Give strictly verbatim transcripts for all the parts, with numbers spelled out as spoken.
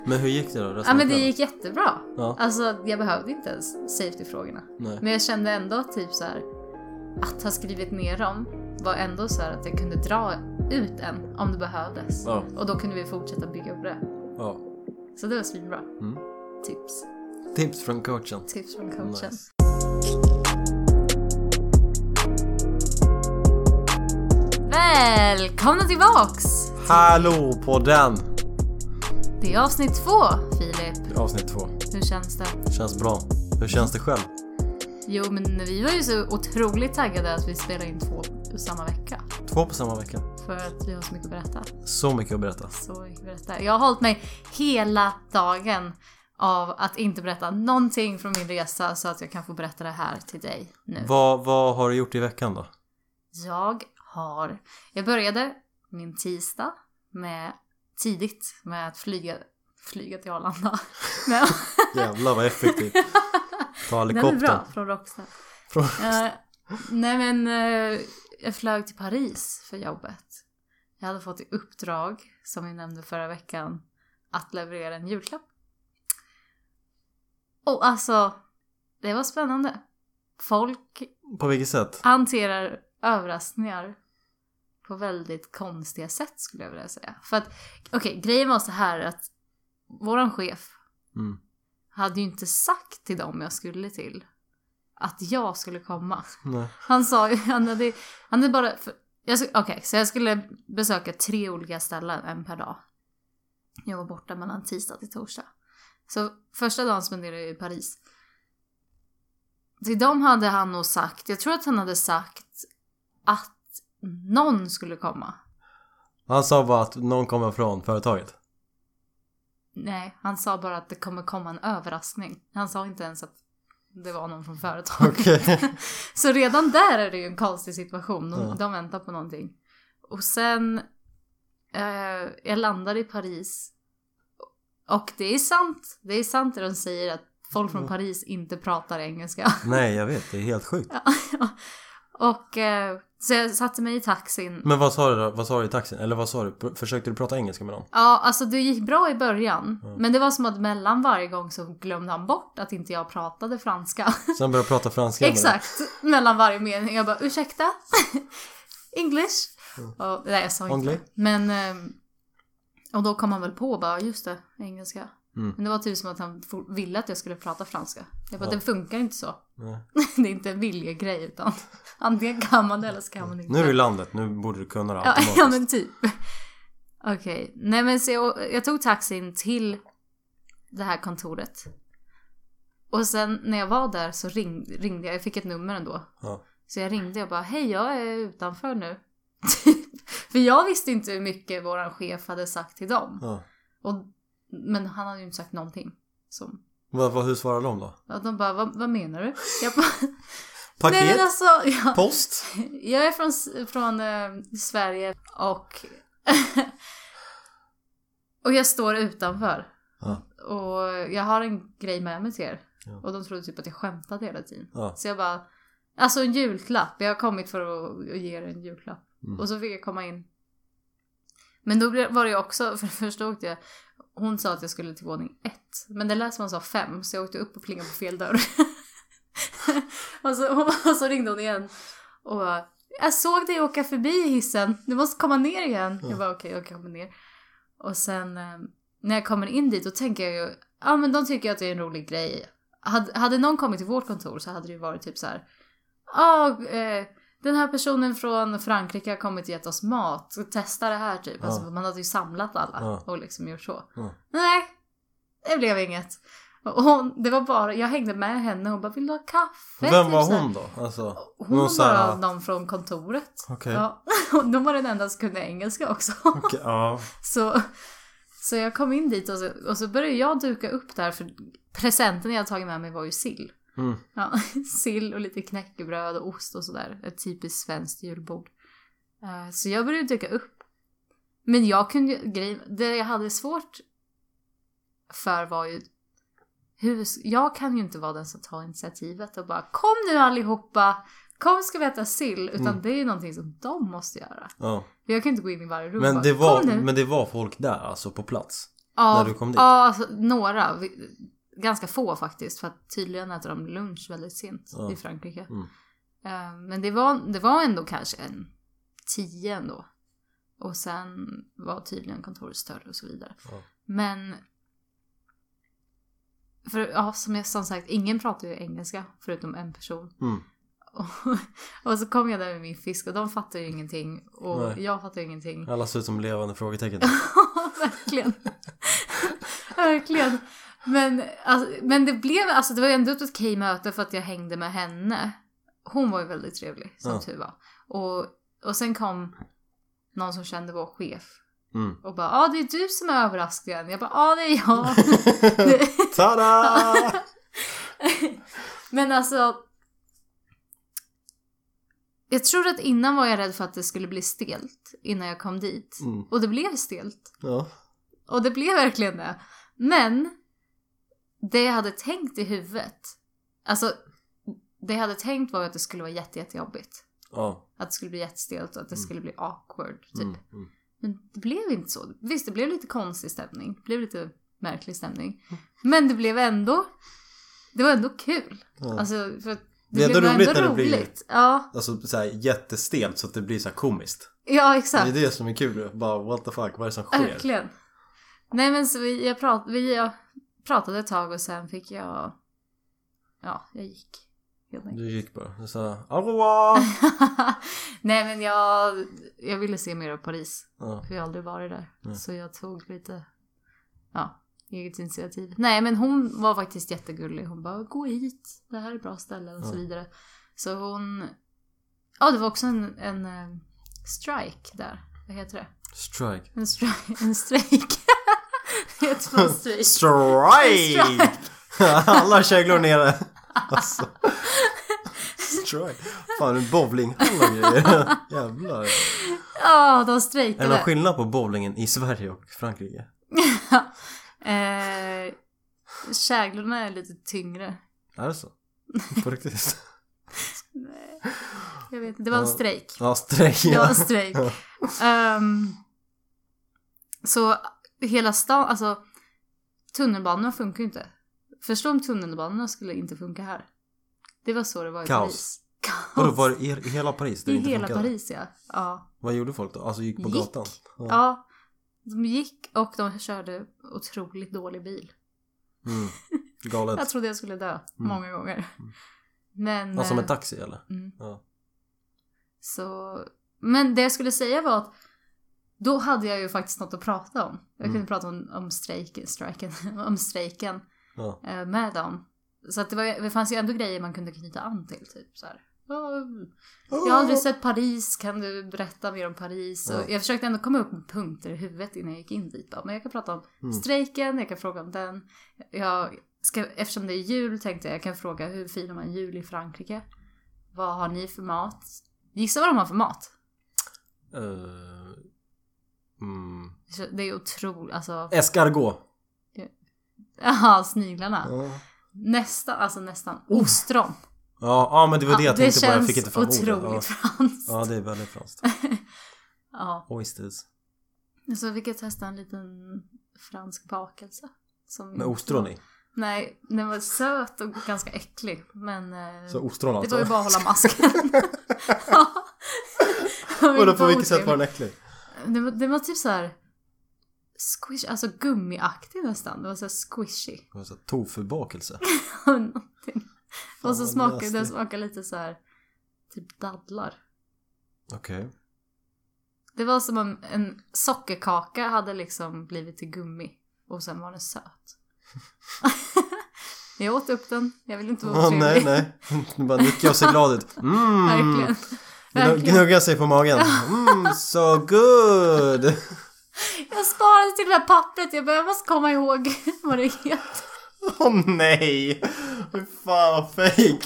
Men hur gick det då? Ja, men det gick jättebra. Ja. Alltså, jag behövde inte ens safety-frågorna. Nej. Men jag kände ändå typ så här, att ha skrivit ner dem var ändå så här att jag kunde dra ut en om det behövdes. Ja. Och då kunde vi fortsätta bygga upp det. Ja. Så det var svinbra. Mm. Tips. Tips från coachen. Tips från coachen. Nice. Välkomna tillbaks! Hallå på den! Det är avsnitt två, Filip. Avsnitt två. Hur känns det? Känns bra. Hur känns det själv? Jo, men vi var ju så otroligt taggade att vi spelade in två på samma vecka. Två på samma vecka. För att vi har så mycket att berätta. Så mycket att berätta. Så mycket att berätta. Jag har hållit mig hela dagen av att inte berätta någonting från min resa så att jag kan få berätta det här till dig nu. Vad, vad har du gjort i veckan då? Jag har... Jag började min tisdag med tidigt med att flyga, flyga till Arlanda. Men... Jävlar vad effektivt. Ta helikoptern. Den är bra, från Rockstar. Från... Uh, nej men uh, jag flög till Paris för jobbet. Jag hade fått i uppdrag, som vi nämnde förra veckan, att leverera en julklapp. Och alltså, det var spännande. Folk På vilket sätt? hanterar överraskningar på väldigt konstiga sätt, skulle jag vilja säga. För att, okej, okay, grejen var så här att våran chef Mm. hade ju inte sagt till dem jag skulle till att jag skulle komma. Nej. Han sa ju, han hade, han hade bara, okej, okay, så jag skulle besöka tre olika ställen en per dag. Jag var borta mellan tisdag till torsdag. Så första dagen spenderade jag i Paris. Till dem hade han nog sagt, jag tror att han hade sagt att någon skulle komma. Han sa bara att någon kommer från företaget. Nej, han sa bara att det kommer komma en överraskning. Han sa inte ens att det var någon från företaget. Okay. Så redan där är det ju en konstig situation. De, Ja. de väntar på någonting. Och sen eh, jag landade i Paris. Och det är sant. Det är sant det de säger att folk från Paris inte pratar engelska. Nej, jag vet. Det är helt sjukt. Ja. Och eh, så jag satte mig i taxin. Men vad sa du då? Vad sa du i taxin? Eller vad sa du? Försökte du prata engelska med någon? Ja, alltså det gick bra i början. Ja. Men det var som att mellan varje gång så glömde han bort att inte jag pratade franska. Sen började prata franska med Exakt, mellan varje mening. Jag bara, ursäkta? English? Mm. Och, nej, jag sa inte. Anglais? Men, ehm, och då kom han väl på bara, just det, engelska. Mm. Men det var typ som att han ville att jag skulle prata franska. Jag bara, Ja. det funkar inte så. Nej. Det är inte en viljegrej, utan antingen kan man det eller så kan man inte. Nu är du i landet, nu borde du kunna det Ja, automatiskt. ja men typ. Okej, okay. Nej men så jag, jag tog taxin till det här kontoret. Och sen när jag var där så ring, ringde jag, jag fick ett nummer ändå. Ja. Så jag ringde och bara, hej jag är utanför nu. För jag visste inte hur mycket våran chef hade sagt till dem. Ja. Och, men han hade ju inte sagt någonting. Så, Vad, vad, hur svarade de då? och de bara, vad, vad menar du? Jag bara, Paket? nej, men alltså, ja, Post? jag är från, från eh, Sverige och och jag står utanför. Ja. Och jag har en grej med mig till er. Ja. Och de trodde typ att jag skämtade hela tiden. Ja. Så jag bara, alltså en julklapp. Jag har kommit för att, att ge er en julklapp. Mm. Och så fick jag komma in. Men då var det ju också, för först åkte jag, hon sa att jag skulle till våning ett. Men det lät som hon sa fem. Så jag åkte upp och plingade på fel dörr. och, så, och så ringde hon igen. Och bara, jag såg dig åka förbi hissen. Du måste komma ner igen. Ja. Jag bara okej, okay, jag kommer ner. Och sen eh, när jag kommer in dit, då tänker jag ju, ja men de tycker att det är en rolig grej. Hade, hade någon kommit till vårt kontor så hade det ju varit typ så här, ja oh, eh, den här personen från Frankrike har kommit och gett oss mat. Så testa det här typ. Ja. Alltså, man hade ju samlat alla Ja. och liksom gjort så. Ja. Nej, det blev inget. Och hon, det var bara, jag hängde med henne och bara, vill du ha kaffe? Vem typ var så här. hon då? Alltså, Hon var sa- bara någon från kontoret. Okej. Ja. Och de var den enda som kunde engelska också. Okej, ja. Så, så jag kom in dit och så, och så började jag duka upp där. För presenten jag tagit med mig var ju sill. Mm. Ja, sill och lite knäckebröd och ost och sådär. Ett typiskt svenskt julbord. Uh, så jag började dyka upp. Men jag kunde ju, grejen, det jag hade svårt för var ju, hur, jag kan ju inte vara den som tar initiativet och bara, kom nu allihopa, kom ska vi äta sill. Utan Mm. det är ju någonting som de måste göra. Ja. För jag kan inte gå in i varje rum och Men, bara, det var, kom nu. men det var folk där alltså på plats. Ja, när du kom dit? Ja, alltså, några. Vi, ganska få faktiskt. För att tydligen äter de lunch väldigt sent ja. i Frankrike. Mm. Uh, men det var, det var ändå kanske en tio ändå. Och sen var tydligen kontoret större och så vidare. Ja. Men för ja, som jag som sagt, ingen pratar ju engelska förutom en person. Mm. Och, och så kom jag där med min fisk och de fattar ju ingenting. Och Nej. jag fattar ju ingenting. Alla ser ut som levande frågetecken. Verkligen. Verkligen. Men, alltså, men det blev, alltså det var ändå ett okej möte för att jag hängde med henne. Hon var ju väldigt trevlig, som Ja. tur var. Och, och sen kom någon som kände vår chef. Mm. Och bara, ja ah, det är du som är överraskad. Jag bara, ja ah, det är jag. Tada! Men alltså, jag tror att innan var jag rädd för att det skulle bli stelt innan jag kom dit. Mm. Och det blev stelt. Ja. Och det blev verkligen det. Men det jag hade tänkt i huvudet, alltså det jag hade tänkt var att det skulle vara jätte, jättejobbigt. Ja. Att det skulle bli jättestelt och att det Mm. skulle bli awkward typ. Mm. Mm. Men det blev inte så. Visst, det blev lite konstig stämning. Det blev lite märklig stämning. Men det blev ändå, det var ändå kul. Ja. Alltså, för att det, Det är blev ändå roligt ändå när det blir- roligt. Ja, Alltså så här jättestelt så att det blir så här komiskt. ja, Det exakt. är det som är kul. Bara what the fuck, vad är det som sker? Verkligen. Nej men så vi, jag, prat, vi jag pratade ett tag och sen fick jag, ja, jag gick. Helt enkelt. Du gick bara. Du sa au revoir. Nej men jag, jag ville se mer av Paris. Ja. För jag har aldrig varit där. Nej. Så jag tog lite, ja, eget initiativ. Nej men hon var faktiskt jättegullig. Hon bara, gå hit. Det här är bra ställe och Ja. så vidare. Så hon, ja det var också en, en eh, strike där. Vad heter det? Strike. En strike. En strejk. Det heter bara strejk. Strike! Strike. Alla käglor nere. Alltså. Strike. Fan, en bowling. Alla grejer. Jävlar. Ja, de Är det strejkade. någon skillnad på bowlingen i Sverige och Frankrike? eh, käglorna är lite tyngre. Är det så? På riktigt? Nej, jag vet inte. Det var en Ja. strejk. Ja, strejk. Det var en strejk. um, så hela stan, alltså tunnelbanorna funkar ju inte. Förstå om tunnelbanorna skulle inte funka här. Det var så det var i Kaos. Paris. Kaos. Vadå, var det i i hela Paris? Det I inte hela funkade? Paris, ja. Ja. Vad gjorde folk då? Alltså gick på Gick. gatan? Ja. De gick och de körde otroligt dålig bil. Mm. Galet. Jag trodde jag skulle dö många gånger. Men... Ja, som en eh, taxi eller? mm. Ja. Så... Men det jag skulle säga var att då hade jag ju faktiskt något att prata om. Jag Mm. kunde prata om, om strejken, strejken, om strejken Ja. eh, med dem. Så att det, var, det fanns ju ändå grejer man kunde knyta an till. Typ så här. "Åh, jag har aldrig sett Paris, kan du berätta mer om Paris?" Ja. Och jag försökte ändå komma upp med punkter i huvudet innan jag gick in dit. Då. Men jag kan prata om Mm. strejken, jag kan fråga om den. Jag ska, eftersom det är jul tänkte jag jag kan fråga hur firar man jul i Frankrike? Vad har ni för mat? Gissa vad de har för mat? Uh, mm. Så det är otroligt, alltså... Escargot. Jaha, sniglarna. Ja. Nästan, alltså nästan. Ostron. Ja, ja, men det var det jag Ja, tänkte på. Jag fick känns inte fram otroligt ordet. franskt. Ja. Ja, det är väldigt franskt. Ja. Oysters. Så fick jag testa en liten fransk bakelse. Som Med ostron i. Nej, den var söt och ganska äcklig. Men eh, Så ostron det alltså. var ju bara att hålla masken. Ja. Och då på vilket sätt var den äcklig? Det var, det var typ så här squish, alltså gummiaktig nästan. Det var så här squishy. Det var så här tofu-bakelse. Någonting. Och så vad smakade nasty. det smakade lite så här typ dadlar. Okej. Det var som om en sockerkaka hade liksom blivit till gummi. Och sen var den söt. Jag åt upp den. Jag vill inte vara Ja, otrevlig. nej, nej. Nu bara nickar och ser glad ut. Mm. Verkligen. Gnugga Verkligen. Gnuggar sig på magen. Mm, so good. Jag sparade till det här pappret. Jag bara, jag måste komma ihåg vad det heter. Åh oh, nej. Fy fan vad fake.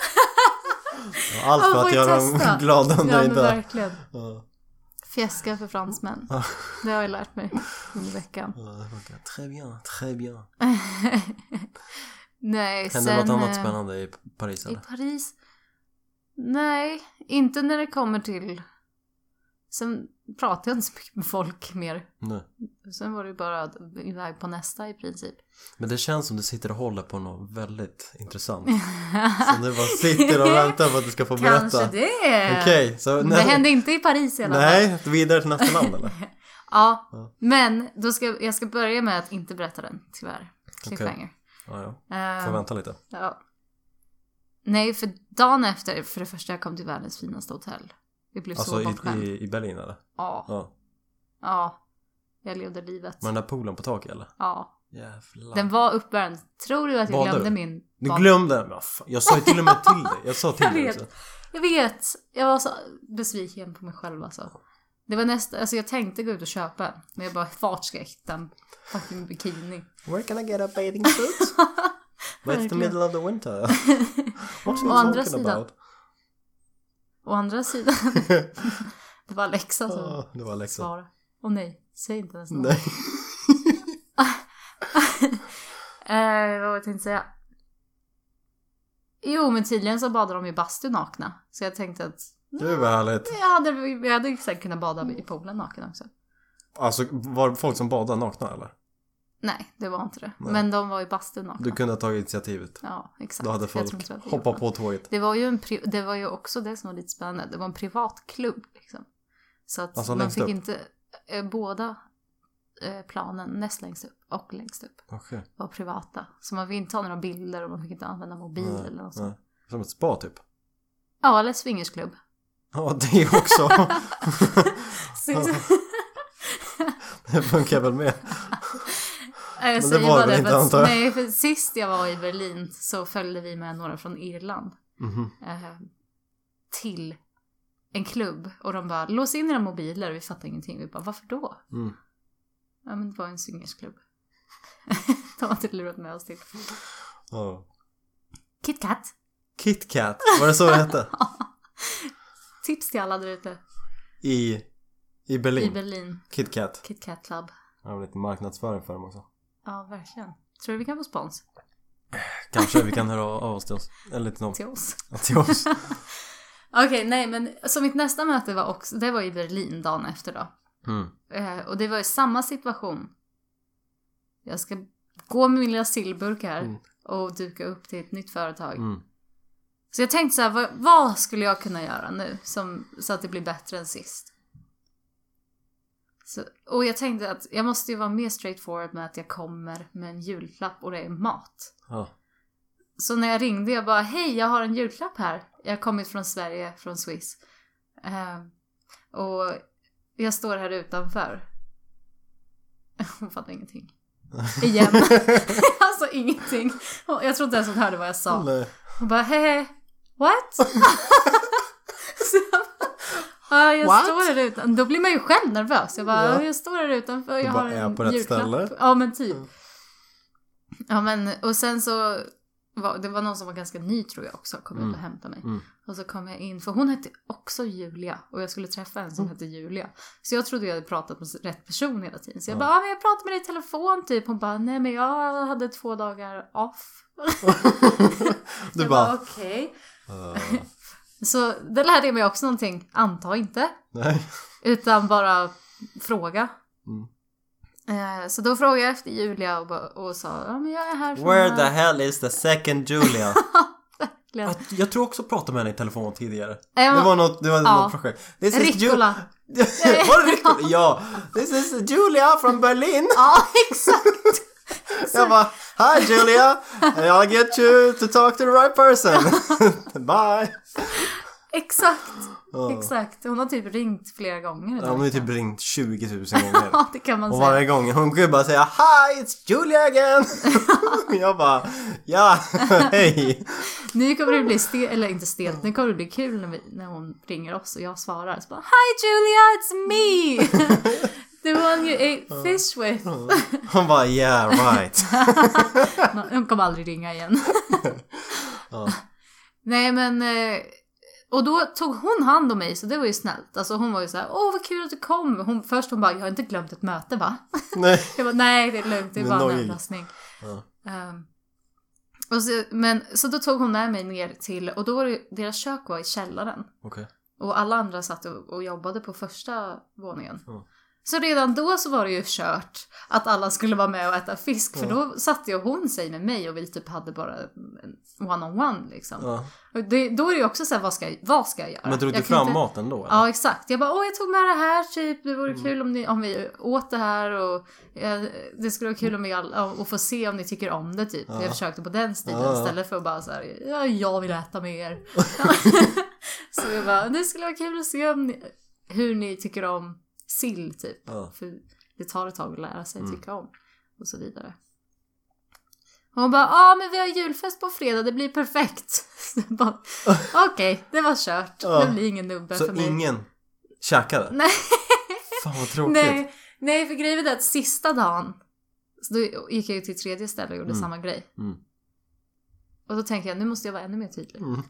Allt Ja, för får att ju göra testa. dem glada och Ja men nöjda. verkligen. Ja. Fjäska för fransmän. Det har jag lärt mig under veckan. Ja, det funkar. Très bien, très bien. Nej, Hände sen... något annat eh, spännande i Paris I eller? Paris? Nej, inte när det kommer till Sen pratade jag inte så mycket med folk mer. Nej. Sen var det bara iväg på nästa i princip. Men det känns som du sitter och håller på något väldigt intressant. Så du bara sitter och väntar på att du ska få berätta. Kanske det. Okej, så det hände inte i Paris i alla fall. Nej, vidare till nästa land eller? ja, ja, men då ska, jag ska börja med att inte berätta den, tyvärr. Cliffhanger. Okay. Ja, ja. Får uh, vänta lite. Ja. Nej, för dagen efter, för det första jag kom till världens finaste hotell. Vi blev alltså så i, bortskämd. i, i Berlin eller? Ja. ja. Ja. Jag levde livet. Med den där poolen på taket eller? Ja. Jävlar. Den var uppvärmd. Tror du att jag Badade glömde du? min Du bad... glömde? Men, fan, jag sa ju till och med till dig. Jag sa till Jag dig vet. också. Jag vet. Jag var så besviken på mig själv alltså. Det var nästa, alltså jag tänkte gå ut och köpa en. Men jag bara fartskräck den fucking bikini. Where can I get a bathing suit? But it's the middle of the winter. What's you Å andra talking sidan. about? Å andra sidan. Det var Alexa som Oh, det var Alexa. svarade. Åh nej, säg inte ens något. Nej. eh, vad var jag tänkte säga? Jo, men tydligen så badade de i bastu nakna. Så jag tänkte att Det var härligt. jag hade, jag hade säkert kunnat bada i poolen naken också. Alltså, var det folk som badade nakna eller? Nej, det var inte det. Nej. Men de var i bastu nakna. Du kunde ha tagit initiativet. Ja, exakt. Då hade Jag folk tror inte att det hoppat var- på tåget. Det var ju en pri- det var ju också det som var lite spännande. Det var en privat klubb liksom. Så att Alltså, man längst fick upp? inte eh, båda eh, planen näst längst upp och längst upp Okej. var privata. Så man fick inte ta några bilder och man fick inte använda mobil Nej, eller något nej. sånt. Som ett spa typ. Ja, eller swingersklubb. Ja, det också. Så- Det funkar väl med. Nej, jag det säger var bara det det inte, för att, antar jag. nej, för sist jag var i Berlin så följde vi med några från Irland Mhm. eh, till en klubb och de bara lås in era mobiler, vi fattar ingenting. Vi bara, varför då? Mm. Ja, men det var en swingersklubb. De har inte lurat med oss till. Ja. KitKat. KitKat, var det så det hette? Tips till alla där ute. I, I Berlin. I Berlin. KitKat. KitKat Club. Jag har lite marknadsföring för dem också. Ja, verkligen. Tror du vi kan få spons? Kanske vi kan höra av oss till oss. Eller till någon. Till oss. Ja, till oss. Okej, okay, nej men så mitt nästa möte var också, det var i Berlin dagen efter då. Mm. Eh, och det var i samma situation. Jag ska gå med min lilla sillburk här Mm. och duka upp till ett nytt företag. Mm. Så jag tänkte så här, vad, vad skulle jag kunna göra nu som, så att det blir bättre än sist? Så, och jag tänkte att jag måste ju vara mer straightforward med att jag kommer med en julklapp och det är mat. Ja. Så när jag ringde, jag bara, hej, jag har en julklapp här. Jag har kommit från Sverige, från Swiss. Eh, och jag står här utanför. Hon fattar ingenting. Igen. Alltså ingenting. Jag tror inte ens hon hörde vad jag sa. Nej. Hon bara, hej, what? Så jag bara, ja, jag What? står här utanför. Då blir man ju själv nervös. Jag bara, Ja. jag står här utanför. Jag Du har bara, är jag en på rätt julklapp. ställe? Ja, men typ. Mm. Ja, men och sen så var, det var någon som var ganska ny tror jag också. Kom Mm. ut och hämtade mig. Mm. Och så kom jag in, för hon hette också Julia. Och jag skulle träffa en som Mm. hette Julia. Så jag trodde jag hade pratat med rätt person hela tiden. Så jag Ja. bara, ah, men jag pratade med dig i telefon typ. Hon bara, nej men jag hade två dagar off. Du jag bara, bara, okej. uh, Så det lärde jag mig också någonting. Anta inte. nej. Utan bara fråga. Mm. Eh, Så då frågade jag efter Julia och, bara, och sa, ja men jag är här från... Where the hell is the second Julia? Verkligen. jag, jag tror också pratade med henne i telefon tidigare. Ja, Det var något, det var ja. något projekt. This is Ju- Riccola. Var det Riccola? Ja. This is Julia from Berlin. Ja, exakt. Jag bara, hi Julia. I'll get you to talk to the right person. Bye. Exakt. Ja. Exakt. Hon har typ ringt flera gånger. Ja, hon har ju typ ringt tjugo tusen gånger. Ja, det kan man Och säga. varje gång hon kunde bara säga hi, it's Julia again. Jag bara, ja, hej. Nu kommer det bli stelt, eller inte stelt, nu kommer det bli kul när, vi, när hon ringer oss och jag svarar. Så bara, hi Julia, it's me. The one you ate fish with. Hon bara, yeah, right. Hon kommer aldrig ringa igen. Ja. Nej men, eh, och då tog hon hand om mig så det var ju snällt. Alltså hon var ju så här, åh vad kul att du kom. Hon, först hon bara, jag har inte glömt ett möte va? Nej. Jag bara, nej det är lugnt, det är Men bara en nojig. överraskning. Ja. Um, och så, men, så då tog hon med mig ner till, och då var det, deras kök var i källaren. Okej. Och alla andra satt och, och jobbade på första våningen. Mm. Så redan då så var det ju kört att alla skulle vara med och äta fisk. För Ja. då satte ju hon sig med mig och vi typ hade bara en one-on-one liksom. Ja. Och det, då är det ju också så här, vad ska, vad ska jag göra? Men drog du jag kan fram inte... maten då? Eller? Ja, exakt. Jag bara, åh jag tog med det här typ. Det vore mm. kul om, ni, om vi åt det här. Och eh, det skulle vara kul om vi alla, och få se om ni tycker om det typ. Ja. Jag försökte på den stilen ja. istället för att bara så här, ja, jag vill äta mer. Så jag bara, det skulle vara kul att se om ni, hur ni tycker om sill typ. Ja. För det tar ett tag att lära sig mm. tycka om. Och så vidare. Och hon bara, ja ah, men vi har julfest på fredag, det blir perfekt. Okej, okay, det var kört. Ja. Det blir ingen nubbe så för mig. Så ingen käkade? Nej. Fan vad tråkigt. Nej, nej för grejen är att sista dagen så då gick jag ju till tredje ställe och gjorde mm. samma grej. Mm. Och då tänkte jag, nu måste jag vara ännu mer tydlig. Mm.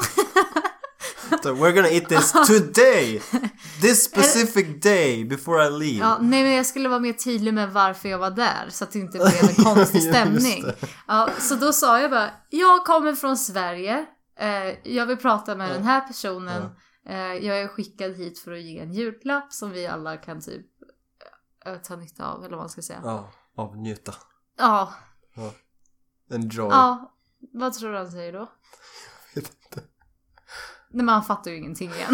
So we're gonna eat this today. This specific day before I leave. Ja, nej men jag skulle vara mer tydlig med varför jag var där. Så att det inte blev en konstig stämning. Ja, så då sa jag bara, jag kommer från Sverige. eh, Jag vill prata med ja. den här personen. ja. eh, Jag är skickad hit för att ge en julklapp som vi alla kan typ äh, ta nytta av, eller vad man ska säga. Ja, avnjuta. Ja, ja. Enjoy. Ja, vad tror du han säger då? Jag vet inte. Nej, man fattar ju ingenting igen.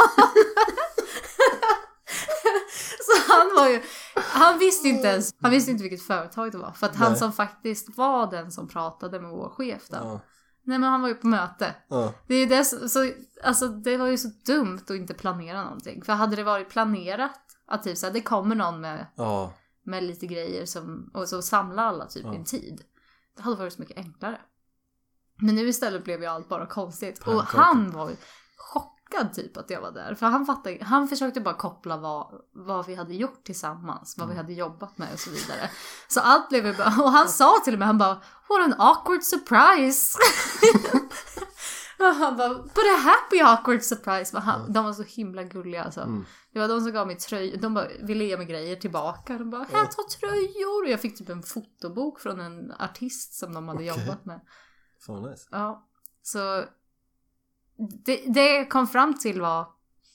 Så han var ju, han visste inte ens, han visste inte vilket företag det var. För att han Nej. som faktiskt var den som pratade med vår chef då. Ja. Nej, men han var ju på möte. Ja. Det är ju det, så, alltså det var ju så dumt att inte planera någonting. För hade det varit planerat att typ så här, det kommer någon med, ja. med lite grejer som, och så samla alla typ ja. i en tid. Det hade varit så mycket enklare. Men nu istället blev ju allt bara konstigt. Och han var ju chockad typ att jag var där. För han fattade, han försökte bara koppla vad, vad vi hade gjort tillsammans. Vad mm. vi hade jobbat med och så vidare. Så allt blev ju bara, och han sa till och med, han bara, what an awkward surprise. Och han bara, but a happy awkward surprise. Han, mm. De var så himla gulliga alltså. Mm. Det var de som gav mig tröjor. De bara ville ge mig grejer tillbaka. De bara, här, ta tröjor. Och jag fick typ en fotobok från en artist som de hade okay. jobbat med. Så nice. Ja, så det, det kom fram till var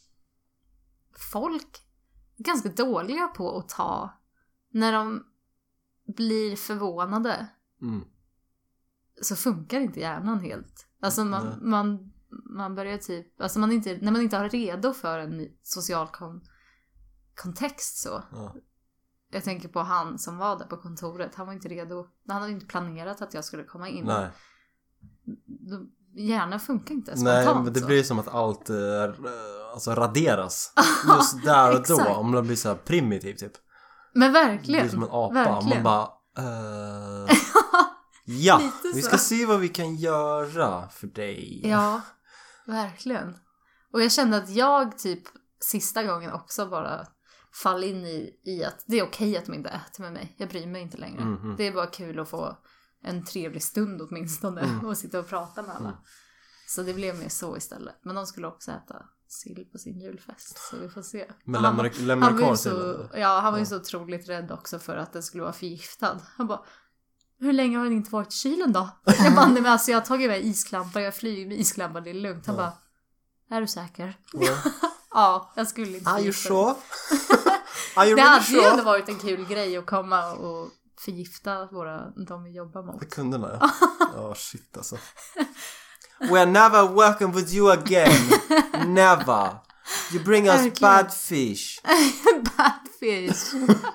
folk ganska dåliga på att ta när de blir förvånade. Mm. Så funkar inte hjärnan helt. Alltså man, mm. man, man börjar typ, alltså man inte, när man inte har redo för en social kon, kontext så. Mm. Jag tänker på han som var där på kontoret. Han var inte redo. Han hade inte planerat att jag skulle komma in. Nej. Hjärnan funkar inte spontant. Nej, men det blir som att allt är, alltså raderas just där och då. Om det blir så här primitivt typ. Men verkligen. Det blir som en apa. Verkligen. Man bara uh, ja, vi ska se vad vi kan göra för dig. Ja, verkligen. Och jag kände att jag typ sista gången också bara fall in i, i att det är okej att de inte äter med mig. Jag bryr mig inte längre. Mm-hmm. Det är bara kul att få en trevlig stund åtminstone mm. och sitta och prata med alla. Mm. Så det blev mer så istället. Men de skulle också äta sill på sin julfest. Så vi får se. Men lämnar du lämnar kvar så, ja, han var ju så otroligt rädd också för att den skulle vara förgiftad. Han bara, hur länge har den inte varit i kylen då? Jag bara, men alltså jag har tagit med isklampar. Jag flyger med isklampar, det är lugnt. Han ja. bara, är du säker? Ja, ja jag skulle inte. Are you sure? Are you det really hade sure? ju ändå varit en kul grej att komma och förgifta våra, de vi jobbar mot. Det kunderna, ja. Ja, oh, shit alltså. We're never working with you again. Never. You bring us okay. bad fish. Bad fish.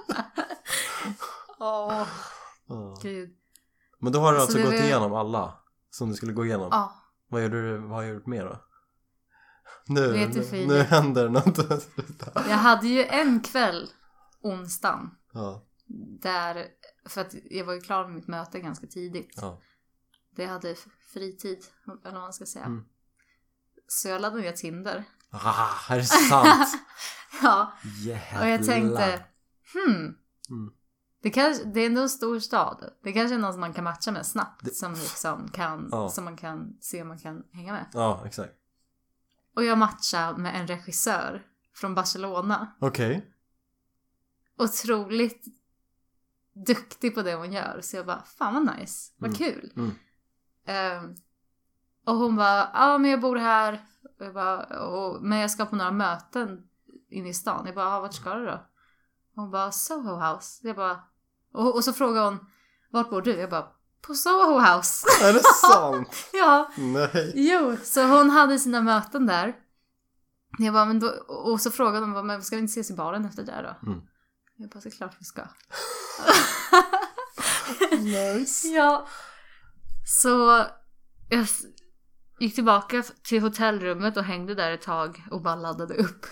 Åh, oh, oh. Gud. Men då har du alltså, alltså gått var... igenom alla som du skulle gå igenom? Ja. Oh. Vad gör du, vad har du gjort mer då? Nu, nu, nu händer något. Jag hade ju en kväll, onsdagen. Ja. Där, för att jag var ju klar med mitt möte ganska tidigt. Ja. Det hade fritid, eller vad man ska säga. Mm. Så jag laddade ner Tinder. Ah, är det sant? Ja. Jävlar. Och jag tänkte, hmm. Mm. Det, kanske, det är ändå en stor stad. Det kanske är någon som man kan matcha med snabbt. Det... Som, liksom kan, ja. som man kan se om man kan hänga med. Ja, exakt. Och jag matchade med en regissör från Barcelona. Okej. Okay. Otroligt duktig på det hon gör. Så jag bara, fan vad nice. Vad mm. kul. Mm. Um, och hon bara, ja ah, men jag bor här. jag bara, och, men jag ska på några möten inne i stan. Jag bara, ah, vart ska du då? Hon bara, Soho House. Jag bara, och, och så frågar hon, vart bor du? Jag bara, på Soho House. Är det sant? Ja. Nej. Jo, så hon hade sina möten där. Jag bara, men då, och så frågade hon, men ska vi inte ses i baren efter det då? Mm. Jag bara, så klart vi ska. Nice. Ja. Så jag gick tillbaka till hotellrummet och hängde där ett tag och bara laddade upp.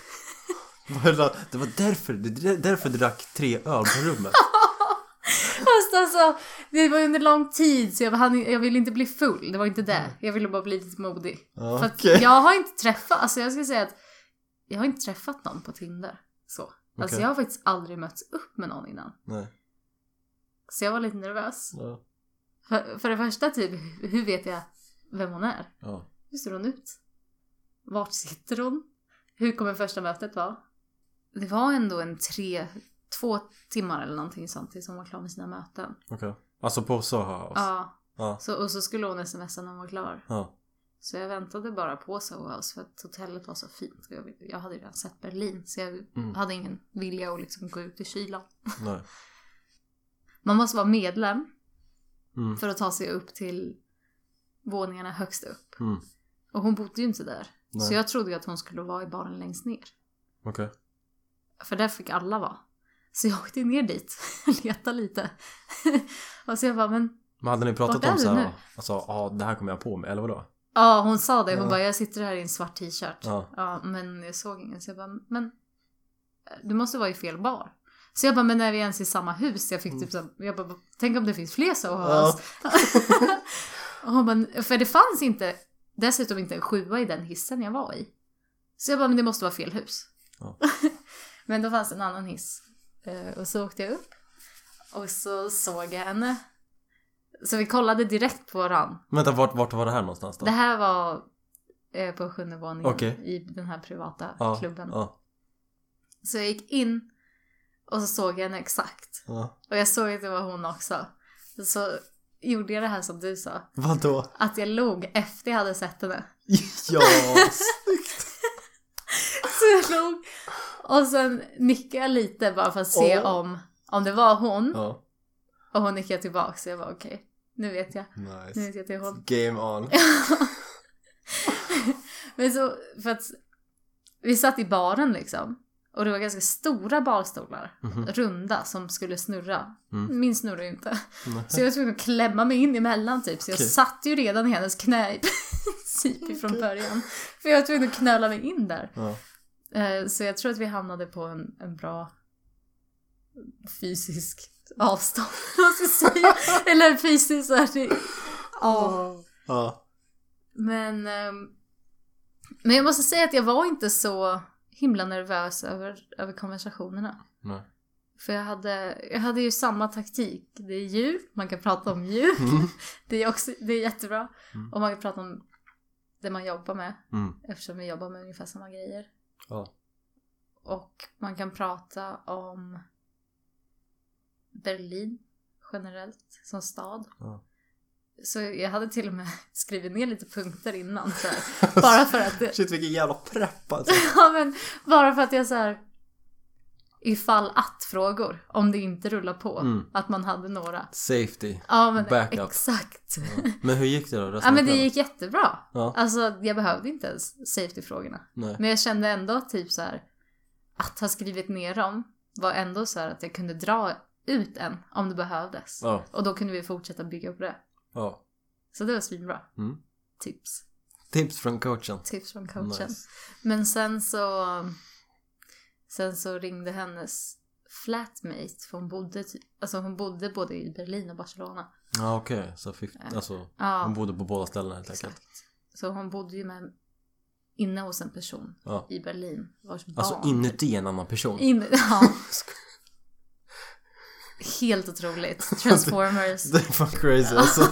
Det var därför, det var därför du drack tre öl på rummet. Fast alltså, det var under lång tid så jag, hann, jag ville inte bli full. Det var inte det. Jag ville bara bli lite modig. Ja, för att okay. jag har inte träffat, alltså jag ska säga att jag har inte träffat någon på Tinder. Så. Alltså Okay. jag har faktiskt aldrig mötts upp med någon innan. Nej. Så jag var lite nervös. Ja. För, för det första typ, hur vet jag vem hon är? Ja. Hur ser hon ut? Vart sitter hon? Hur kommer första mötet vara? Det var ändå en tre, två timmar eller någonting sånt tills hon var klar med sina möten. Okej. Okay. Alltså på Soho House? Ja. Ja. Så, och så skulle hon smsa när hon var klar. Ja. Så jag väntade bara på Soho House för att hotellet var så fint. Jag, jag hade redan sett Berlin så jag mm. hade ingen vilja att liksom gå ut i kylan. Nej. Man måste vara medlem mm. för att ta sig upp till våningarna högst upp. Mm. Och hon bodde ju inte där. Nej. Så jag trodde ju att hon skulle vara i baren längst ner. Okej. Okay. För där fick alla vara. Så jag åkte ner dit. Letade lite. Och så jag bara, men... Men hade ni pratat om så här? Alltså, ja, ah, det här kommer jag på med, eller vadå? Ja, hon sa det. Hon ja. bara, jag sitter här i en svart t-shirt. Ja. Ja, men jag såg ingen. Så jag bara, men... Du måste vara i fel bar. Så jag bara, men när vi ens i samma hus? Jag fick typ så jag bara, tänk om det finns fler så ja. Och hon bara, för det fanns inte... Dessutom inte en sjua i den hissen jag var i. Så jag bara, men det måste vara fel hus. Ja. Men då fanns en annan hiss. Och så åkte jag upp. Och så såg jag henne. Så vi kollade direkt på varann. Vänta, vart, vart var det här någonstans då? Det här var eh, på sjunde våningen. Okay. I den här privata ja, klubben. Ja. Så jag gick in. Och så såg jag henne exakt. Ja. Och jag såg att det var hon också. Så gjorde jag det här som du sa. Vadå? Att jag log efter jag hade sett henne. Ja, snyggt. Så jag log. Och sen nickade jag lite bara för att se oh. om, om det var hon. Ja. Och hon nickade tillbaka. Så jag var okej. Okay, nu vet jag. Nice. Nu vet jag att det är hon. Game on. Men så, för att vi satt i baren liksom. Och det var ganska stora barstolar. Mm-hmm. Runda som skulle snurra. Mm. Min snurrar ju inte. Mm. Så jag var tvungen att klämma mig in emellan typ. Så okay. jag satt ju redan i hennes knä i princip från början. För jag var tvungen att knöla mig in där. Ja. Så jag tror att vi hamnade på en, en bra fysisk avstånd. Vad ska jag säga? Eller fysiskt så här. Det, ja. Ja. Men, men jag måste säga att jag var inte så himla nervös över, över konversationerna. Nej. För jag hade, jag hade ju samma taktik. Det är djur, man kan prata om djur. Mm. Det är också, det är jättebra. Mm. Och man kan prata om det man jobbar med. Mm. Eftersom vi jobbar med ungefär samma grejer. Ja. Och man kan prata om Berlin generellt som stad. Ja. Så jag hade till och med skrivit ner lite punkter innan så här, bara för att det... Shit, vilken jävla prepp alltså. Ja, men bara för att jag så här, ifall att frågor om det inte rullar på mm. att man hade några safety. Ja, men backup. Exakt. Ja. Men hur gick det då? Ja, men det gick jättebra. Ja. Alltså jag behövde inte ens safety-frågorna. Nej. Men jag kände ändå typ så här att ha skrivit ner dem var ändå så här att jag kunde dra ut en om det behövdes. Ja. Och då kunde vi fortsätta bygga upp det. Ja. Så det var svinbra. Mm. Tips. Tips från coachen. Tips från coachen. Nice. Men sen så sen så ringde hennes flatmate för hon bodde typ, alltså hon bodde både i Berlin och Barcelona. Ja, okej. Okay. Så fifty, alltså ja. Hon bodde på båda ställena helt enkelt. Så hon bodde ju med inne hos en person ja. i Berlin. Vars barn, alltså inuti en annan person. In, ja. Helt otroligt. Transformers. Det är fan crazy alltså.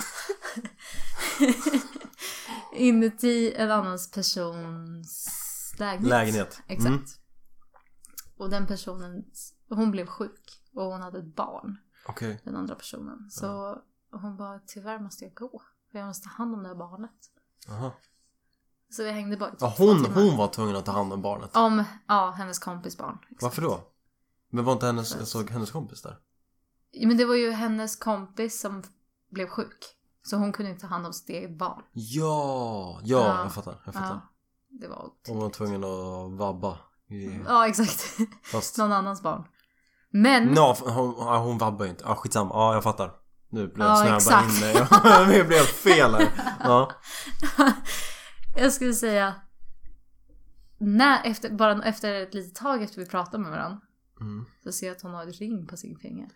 Inuti en annans persons lägenhet. Lägenhet. Exakt. Mm. Och den personen, hon blev sjuk. Och hon hade ett barn. Okej. Okay. Den andra personen. Så ja. Hon bara, tyvärr måste jag gå. För jag måste ta hand om det här barnet. Aha. Så vi hängde bara. Ja, hon, hon var tvungen att ta hand om barnet. Om, ja, hennes kompis barn. Exakt. Varför då? Men var inte hennes, jag såg hennes kompis där? Ja, men det var ju hennes kompis som blev sjuk. Så hon kunde inte ta hand om sitt eget barn. Ja, ja, ja. jag fattar. Jag fattar. Ja, det var hon var tvungen att vabba. I... Ja, exakt. Fast... Någon annans barn. Men... No, hon, hon vabbar ju inte. Ja, skitsamma. Ja, jag fattar. Nu blev jag ja, snabba in mig. Det blev fel här. Ja. Jag skulle säga... När, efter, bara efter ett litet tag efter vi pratade med varandra. Mm. Så ser jag att hon har ett ring på sin finger.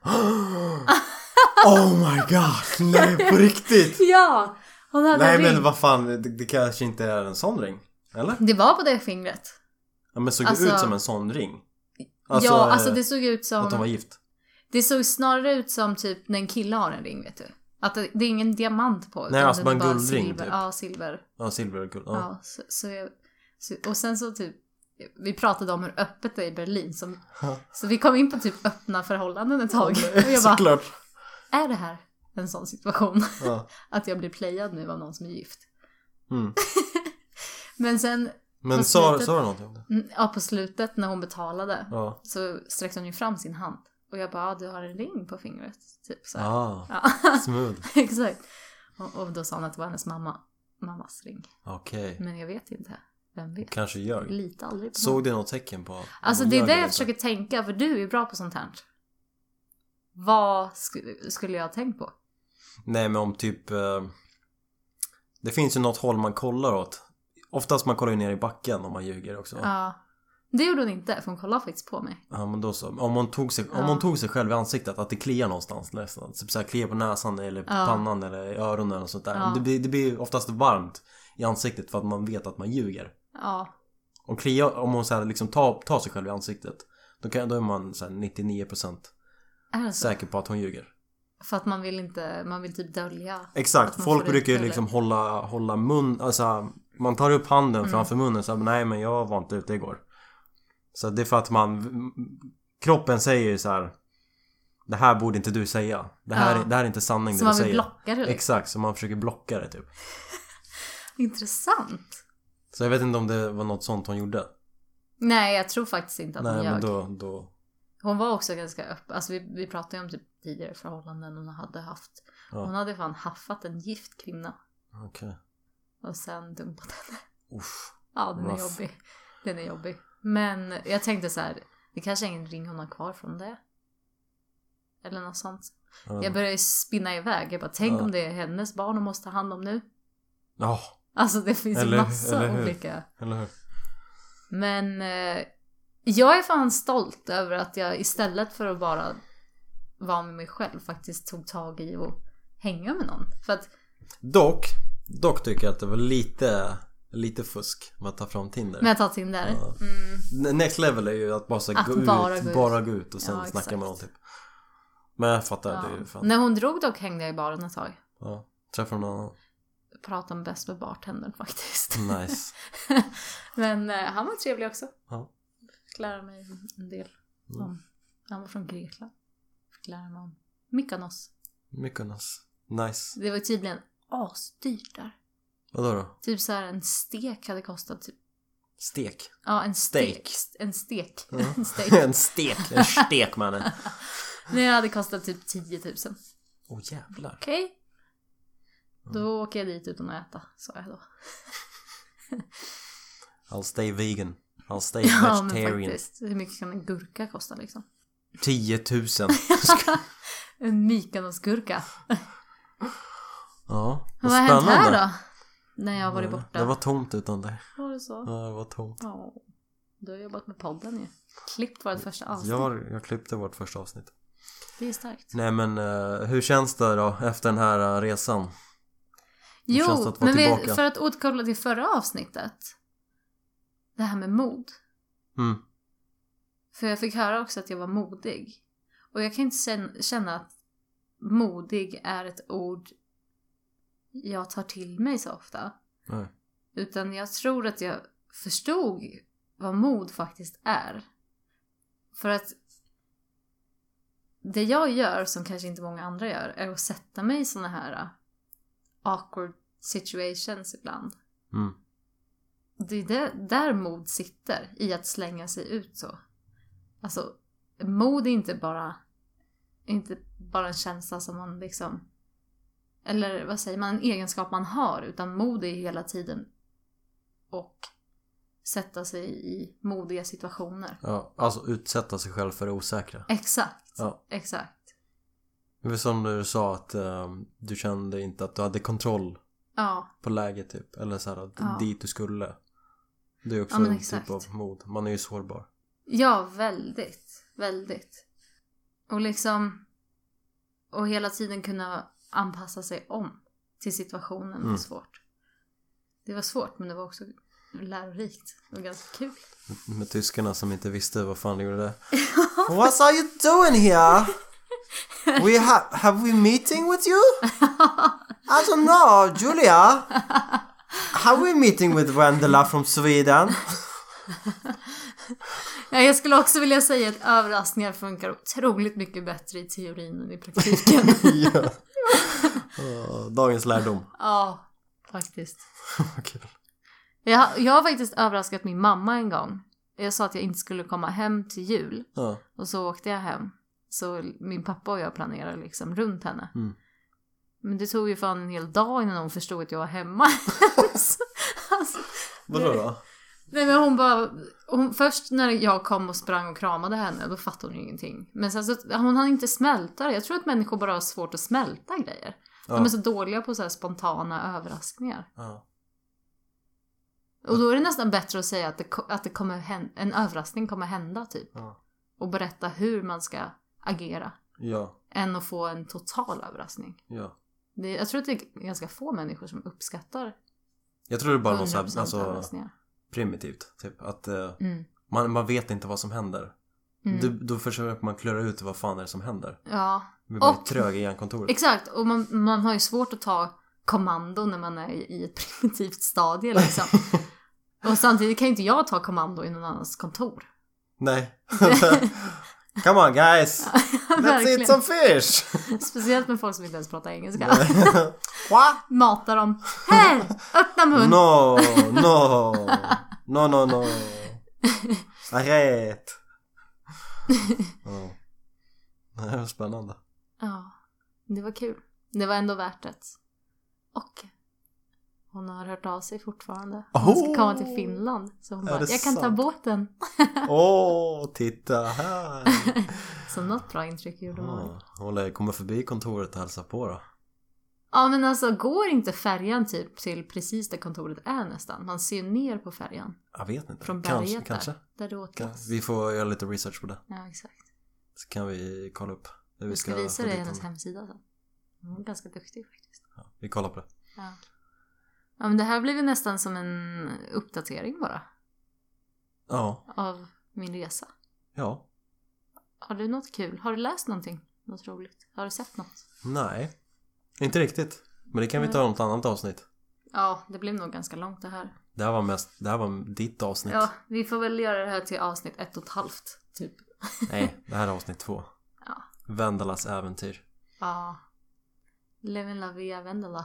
Oh my god. Nej, på riktigt. Ja, hon hade Nej, en ring. men vad fan. Det, det kanske inte är en sån ring. Eller? Det var på det fingret. Ja, men såg alltså, det ut som en sån ring? Alltså, ja, alltså det såg ut som... Att hon var gift? Det såg snarare ut som typ när en kille har en ring, vet du. Att det, det är ingen diamant på. Nej, alltså bara en guldring silver. typ. Ja, silver. Ja, silver och guld. Ja, ja så, så, jag, så och sen så typ... Vi pratade om hur öppet det är i Berlin. Som, så vi kom in på typ öppna förhållanden ett tag. Och jag bara, såklart. Är det här en sån situation? Ja. Att jag blir playad nu av någon som är gift. Mm. Men sen... Men sa du någonting om det? Ja, på slutet när hon betalade ja. så sträckte hon ju fram sin hand. Och jag bara, ah, du har en ring på fingret. Typ så här. Ah, ja. Smooth. Exakt. Och, och då sa hon att det var hennes mamma, mammas ring. Okej. Okay. Men jag vet inte. Vem vet? Kanske ljög. Lite aldrig på Såg någon. du något tecken på? Alltså det är det jag försöker tänka. För du är ju bra på sånt här. Vad sk- skulle jag ha tänkt på? Nej, men om typ... Eh, det finns ju något håll man kollar åt. Oftast man kollar ju ner i backen om man ljuger också. Ja. Det gjorde hon inte, för hon kollade faktiskt på mig. Ja, men då så. Om hon tog sig, ja. om hon tog sig själv i ansiktet, att det kliar någonstans nästan. Typ så här, kliar på näsan eller på ja. pannan eller i öronen och sånt där. Ja. Det, blir, det blir oftast varmt i ansiktet för att man vet att man ljuger. Ja. Och klia, om hon så här, liksom tar, tar sig själv i ansiktet, då, kan, då är man så här, nittionio procent säker på att hon ljuger. För att man vill inte, man vill typ dölja. Exakt, folk brukar ju liksom hålla, hålla mun, alltså man tar upp handen mm. framför munnen så här, nej men jag var inte ute igår. Så det är för att man, kroppen säger ju så här, det här borde inte du säga. Det här, ja. det här är inte sanning så det du säger. Så man vill blocka det liksom. Exakt, så man försöker blocka det typ. Intressant. Så jag vet inte om det var något sånt hon gjorde. Nej, jag tror faktiskt inte att nej, hon ljög. Men då, då... Hon var också ganska öppen. Alltså vi, vi pratade ju om typ tidigare förhållanden hon hade haft. Ja. Hon hade fan haffat en gift kvinna. Okej. Okay. Och sen dumpat henne. Uff. Ja, den är jobbig. Den är jobbig. Men jag tänkte så här, det kanske är ingen ring hon har kvar från det. Eller något sånt. Ja. Jag började spinna iväg. Jag bara, tänk ja. om det är hennes barn hon måste ta hand om nu. Ja. Alltså det finns eller, ju massa eller olika. Eller hur? Men eh, jag är fan stolt över att jag istället för att bara vara med mig själv faktiskt tog tag i och hänga med någon. För att... Dock, dock tycker jag att det var lite, lite fusk med att ta fram Tinder. Med att ta Tinder? Ja. Mm. Next level är ju att bara, så, att gå, bara ut, gå ut, bara gå ut och sen ja, snacka med någon typ. Men jag fattar, ja. det är ju fan. När hon drog dock hängde jag i baren ett tag. Ja, träffade någon. Prata om bäst med bartendern faktiskt. Nice. Men eh, han var trevlig också. Ja. Fick lära mig en del om, mm. Han var från Grekland. Fick lära mig om Mykonos. Mykonos. Nice. Det var tydligen asdyrt där. Vadå då? Typ så här en stek hade kostat typ. Stek? Ja, en stek. Steak. En stek. Ja. en stek. en stek. En stek, mannen. Nej, det hade kostat typ tio tusen. Åh, oh, jävlar. Okej. Okay. Då åker jag dit utan att äta, sa jag då. I'll stay vegan. I'll stay ja, vegetarian. Men faktiskt. Hur mycket kan en gurka kosta liksom? tio tusen. En Mykonos-gurka. Ja, vad, vad har hänt här då? När jag har varit borta. Det var tomt utan dig. Var det så? Ja, det var tomt. Ja, du har jobbat med podden ju. Klippt vårt första avsnitt. Ja, jag klippte vårt första avsnitt. Det är starkt. Nej, men uh, hur känns det då efter den här uh, resan? Hur jo, att men vi, för att återkoppla till förra avsnittet. Det här med mod. Mm. För jag fick höra också att jag var modig. Och jag kan inte känna att modig är ett ord jag tar till mig så ofta. Nej. Utan jag tror att jag förstod vad mod faktiskt är. För att det jag gör som kanske inte många andra gör är att sätta mig i såna här awkward situations ibland. Mm. det är det, där mod sitter. I att slänga sig ut så. Alltså, mod är inte bara... Inte bara en känsla som man liksom... Eller vad säger man? En egenskap man har. Utan mod är hela tiden. Och sätta sig i modiga situationer. Ja, alltså utsätta sig själv för det osäkra. Exakt. Ja. Exakt. Det var som du sa att um, du kände inte att du hade kontroll Ja. på läget typ. Eller så här, Ja. dit du skulle. Det är också Ja, men en exakt. typ av mod. Man är ju sårbar. Ja, väldigt. Väldigt. Och liksom... Och hela tiden kunna anpassa sig om till situationen Mm. var svårt. Det var svårt, men det var också lärorikt. Det var ganska kul. Med tyskarna som inte visste vad fan de gjorde det. What are you doing here? We ha- have we meeting with you? I don't know, Julia. Have we meeting with Vendela from Sweden? Ja, jag skulle också vilja säga att överraskningar funkar otroligt mycket bättre i teorin än i praktiken. Ja. Oh, dagens lärdom. Ja, faktiskt. Okay. Jag, jag har faktiskt överraskat min mamma en gång. Jag sa att jag inte skulle komma hem till jul. Ja. Och så åkte jag hem. Så min pappa och jag planerade liksom runt henne. Mm. Men det tog ju fan en hel dag innan hon förstod att jag var hemma. alltså, alltså, Vadå då? Nej, men hon bara... Hon, först när jag kom och sprang och kramade henne, då fattade hon ju ingenting. Men sen så, hon hann inte smälta det. Jag tror att människor bara har svårt att smälta grejer. Ja. De är så dåliga på så här spontana överraskningar. Ja. Och då är det nästan bättre att säga att, det, att det kommer hända, en överraskning kommer hända typ. Ja. Och berätta hur man ska agera. Ja. Än att få en total överraskning. Ja. Det, jag tror att det är ganska få människor som uppskattar Jag tror det är bara något så hundra procent här, alltså, överraskningar. primitivt. Typ att eh, Mm. man, man vet inte vad som händer. Mm. Du, då försöker man klura ut vad fan är det som händer. Ja. Vi blir Och- trög i hjärnkontoret. Exakt, och man, man har ju svårt att ta kommando när man är i, i ett primitivt stadie liksom. Och samtidigt kan ju inte jag ta kommando i någon annans kontor. Nej. Come on guys. Let's Verkligen. eat some fish. Speciellt med folk som inte ens pratar engelska. What? Matar dem. Här! Öppna mun! No, no. No, no, no. Arrête. Ja. Det var spännande. Ja, det var kul. Det var ändå värt det. Och hon har hört av sig fortfarande. Hon ska Oh! komma till Finland. Så hon Är bara, det jag kan ta sant? båten. Åh, oh, titta här. Så något bra intryck gjorde hon. Ja, hon lär komma förbi kontoret och hälsa på då. Ja, men alltså går inte färjan typ till precis där kontoret är nästan? Man ser ner på färjan. Jag vet inte. Från kanske, berget kanske. där. Där det åtgas. Vi får göra lite research på det. Ja, exakt. Så kan vi kolla upp. hur Vi ska visa få dig dit hennes henne. hemsida sen. Hon är ganska duktig faktiskt. Ja, vi kollar på det. Ja. Ja, men det här blir väl nästan som en uppdatering bara. Ja. Av min resa. Ja. Har du något kul? Har du läst någonting? Något roligt? Har du sett något? Nej. Inte riktigt. Men det kan vi ta i något annat avsnitt. Ja, det blev nog ganska långt det här. Det här var mest, det här var ditt avsnitt. Ja, vi får väl göra det här till avsnitt ett och ett halvt, typ. Nej, det här är avsnitt två. Ja. Vendelas äventyr. Ja. Live in la via Vendela.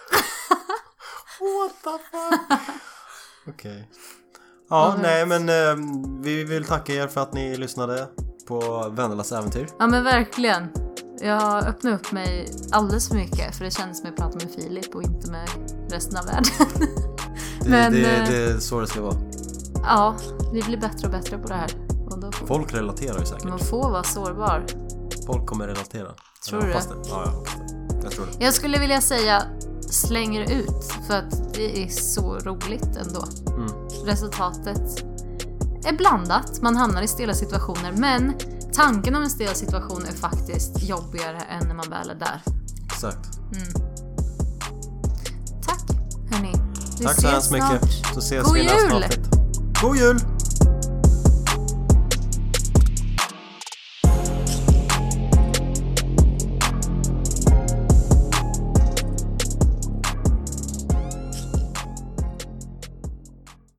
What the fuck? Okej. Okay. Ja, Ja, nej men eh, vi vill tacka er för att ni lyssnade på Vendelas äventyr. Ja, men verkligen. Jag öppnade upp mig alldeles för mycket. För det kändes som att jag pratade med Filip och inte med resten av världen. Det, Men, det, eh, det är så det ska vara. Ja, vi blir bättre och bättre på det här. Och då får Folk relaterar ju säkert. man får vara sårbar. Folk kommer relatera. Tror jag du hoppas det? Ja, jag hoppas det. Jag tror det. Jag skulle vilja säga slänger ut. För att det är så roligt ändå. Mm. Resultatet är blandat. Man hamnar i stela situationer. Men tanken om en stela situation är faktiskt jobbigare än när man väl är där. Exakt. Mm. Tack, hörni. Vi Tack så ses hemskt snart. mycket. Så ses God vi i nästa jul! avsnitt. God jul!